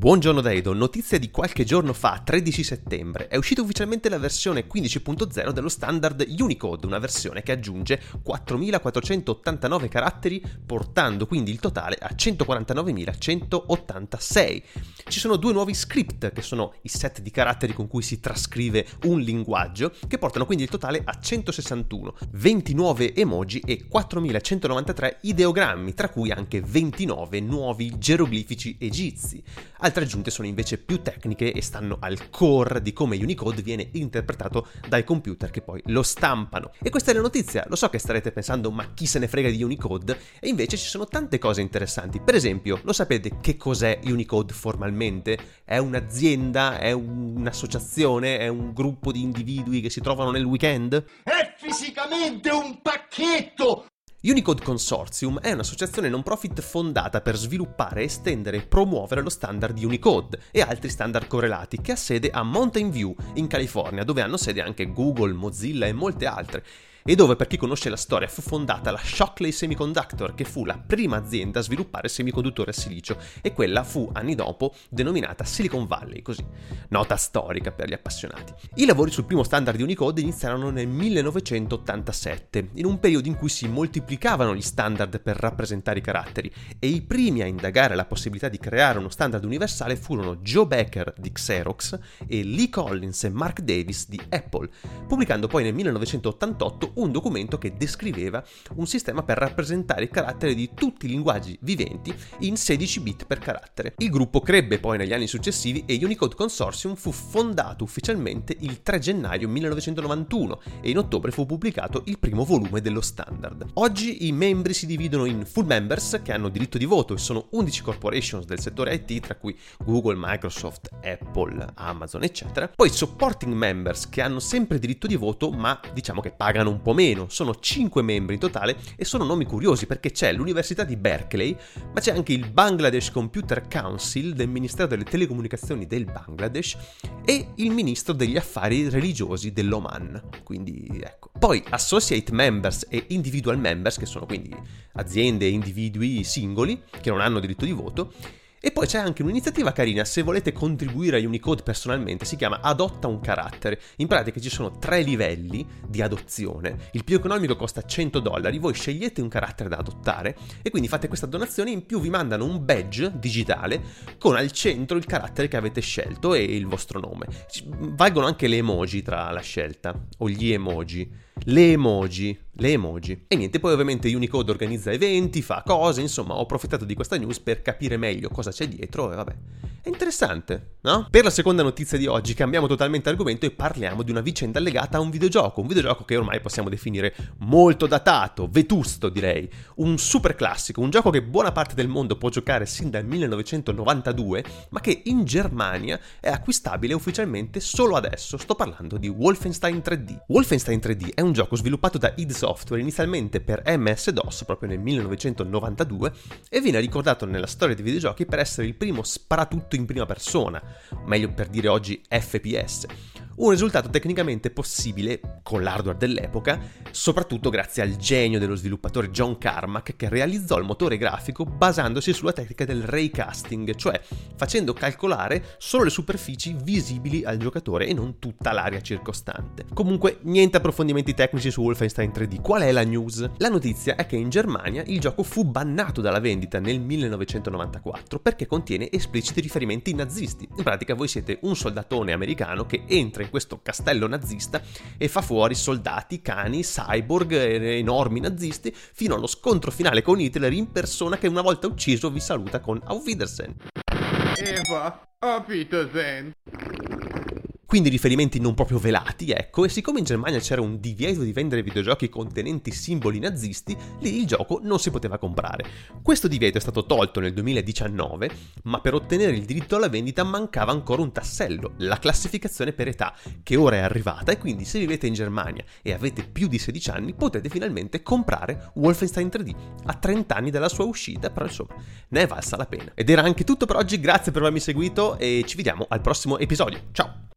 Buongiorno da Edo, notizia di qualche giorno fa, 13 settembre, è uscita ufficialmente la versione 15.0 dello standard Unicode, una versione che aggiunge 4.489 caratteri, portando quindi il totale a 149.186. Ci sono due nuovi script, che sono i set di caratteri con cui si trascrive un linguaggio, che portano quindi il totale a 161, 29 emoji e 4.193 ideogrammi, tra cui anche 29 nuovi geroglifici egizi. Altre aggiunte sono invece più tecniche e stanno al core di come Unicode viene interpretato dai computer che poi lo stampano. E questa è la notizia. Lo so che starete pensando, ma chi se ne frega di Unicode? E invece ci sono tante cose interessanti. Per esempio, lo sapete che cos'è Unicode formalmente? È un'azienda? È un'associazione? È un gruppo di individui che si trovano nel weekend? È fisicamente un pacchetto! Unicode Consortium è un'associazione non profit fondata per sviluppare, estendere e promuovere lo standard Unicode e altri standard correlati, che ha sede a Mountain View in California, dove hanno sede anche Google, Mozilla e molte altre. E dove, per chi conosce la storia, fu fondata la Shockley Semiconductor, che fu la prima azienda a sviluppare semiconduttori a silicio, e quella fu anni dopo denominata Silicon Valley, così. Nota storica per gli appassionati. I lavori sul primo standard di Unicode iniziarono nel 1987, in un periodo in cui si moltiplicavano gli standard per rappresentare i caratteri, e i primi a indagare la possibilità di creare uno standard universale furono Joe Becker di Xerox e Lee Collins e Mark Davis di Apple, pubblicando poi nel 1988 un documento che descriveva un sistema per rappresentare i caratteri di tutti i linguaggi viventi in 16 bit per carattere. Il gruppo crebbe poi negli anni successivi e Unicode Consortium fu fondato ufficialmente il 3 gennaio 1991 e in ottobre fu pubblicato il primo volume dello standard. Oggi i membri si dividono in full members, che hanno diritto di voto, e sono 11 corporations del settore IT, tra cui Google, Microsoft, Apple, Amazon, eccetera. Poi supporting members, che hanno sempre diritto di voto, ma diciamo che pagano un po' meno. Sono 5 membri in totale e sono nomi curiosi, perché c'è l'Università di Berkeley, ma c'è anche il Bangladesh Computer Council del Ministero delle Telecomunicazioni del Bangladesh e il Ministro degli Affari Religiosi dell'Oman. Quindi ecco. Poi associate members e individual members, che sono quindi aziende e individui singoli che non hanno diritto di voto. E poi c'è anche un'iniziativa carina, se volete contribuire a Unicode personalmente, si chiama Adotta un carattere. In pratica ci sono 3 livelli di adozione, il più economico costa $100, voi scegliete un carattere da adottare e quindi fate questa donazione, in più vi mandano un badge digitale con al centro il carattere che avete scelto e il vostro nome. Valgono anche le emoji tra la scelta, o gli emoji. Le emoji. E niente, poi ovviamente Unicode organizza eventi, fa cose, insomma ho approfittato di questa news per capire meglio cosa c'è dietro e vabbè. È interessante, no? Per la seconda notizia di oggi cambiamo totalmente argomento e parliamo di una vicenda legata a un videogioco che ormai possiamo definire molto datato, vetusto direi, un super classico, un gioco che buona parte del mondo può giocare sin dal 1992, ma che in Germania è acquistabile ufficialmente solo adesso. Sto parlando di Wolfenstein 3D. Wolfenstein 3D è un gioco sviluppato da id Software inizialmente per MS-DOS proprio nel 1992 e viene ricordato nella storia dei videogiochi per essere il primo sparatutto in prima persona, meglio per dire oggi FPS. Un risultato tecnicamente possibile con l'hardware dell'epoca, soprattutto grazie al genio dello sviluppatore John Carmack, che realizzò il motore grafico basandosi sulla tecnica del raycasting, cioè facendo calcolare solo le superfici visibili al giocatore e non tutta l'area circostante. Comunque, niente approfondimenti tecnici su Wolfenstein 3D. Qual è la news? La notizia è che in Germania il gioco fu bannato dalla vendita nel 1994 perché contiene espliciti riferimenti nazisti. In pratica voi siete un soldatone americano che entra in questo castello nazista e fa fuori soldati, cani, cyborg, enormi nazisti, fino allo scontro finale con Hitler in persona, che una volta ucciso vi saluta con Auf Wiedersehen. Eva, auf Wiedersehen. Quindi riferimenti non proprio velati, ecco, e siccome in Germania c'era un divieto di vendere videogiochi contenenti simboli nazisti, lì il gioco non si poteva comprare. Questo divieto è stato tolto nel 2019, ma per ottenere il diritto alla vendita mancava ancora un tassello, la classificazione per età, che ora è arrivata, e quindi se vivete in Germania e avete più di 16 anni potete finalmente comprare Wolfenstein 3D a 30 anni dalla sua uscita, però insomma ne è valsa la pena. Ed era anche tutto per oggi, grazie per avermi seguito e ci vediamo al prossimo episodio. Ciao!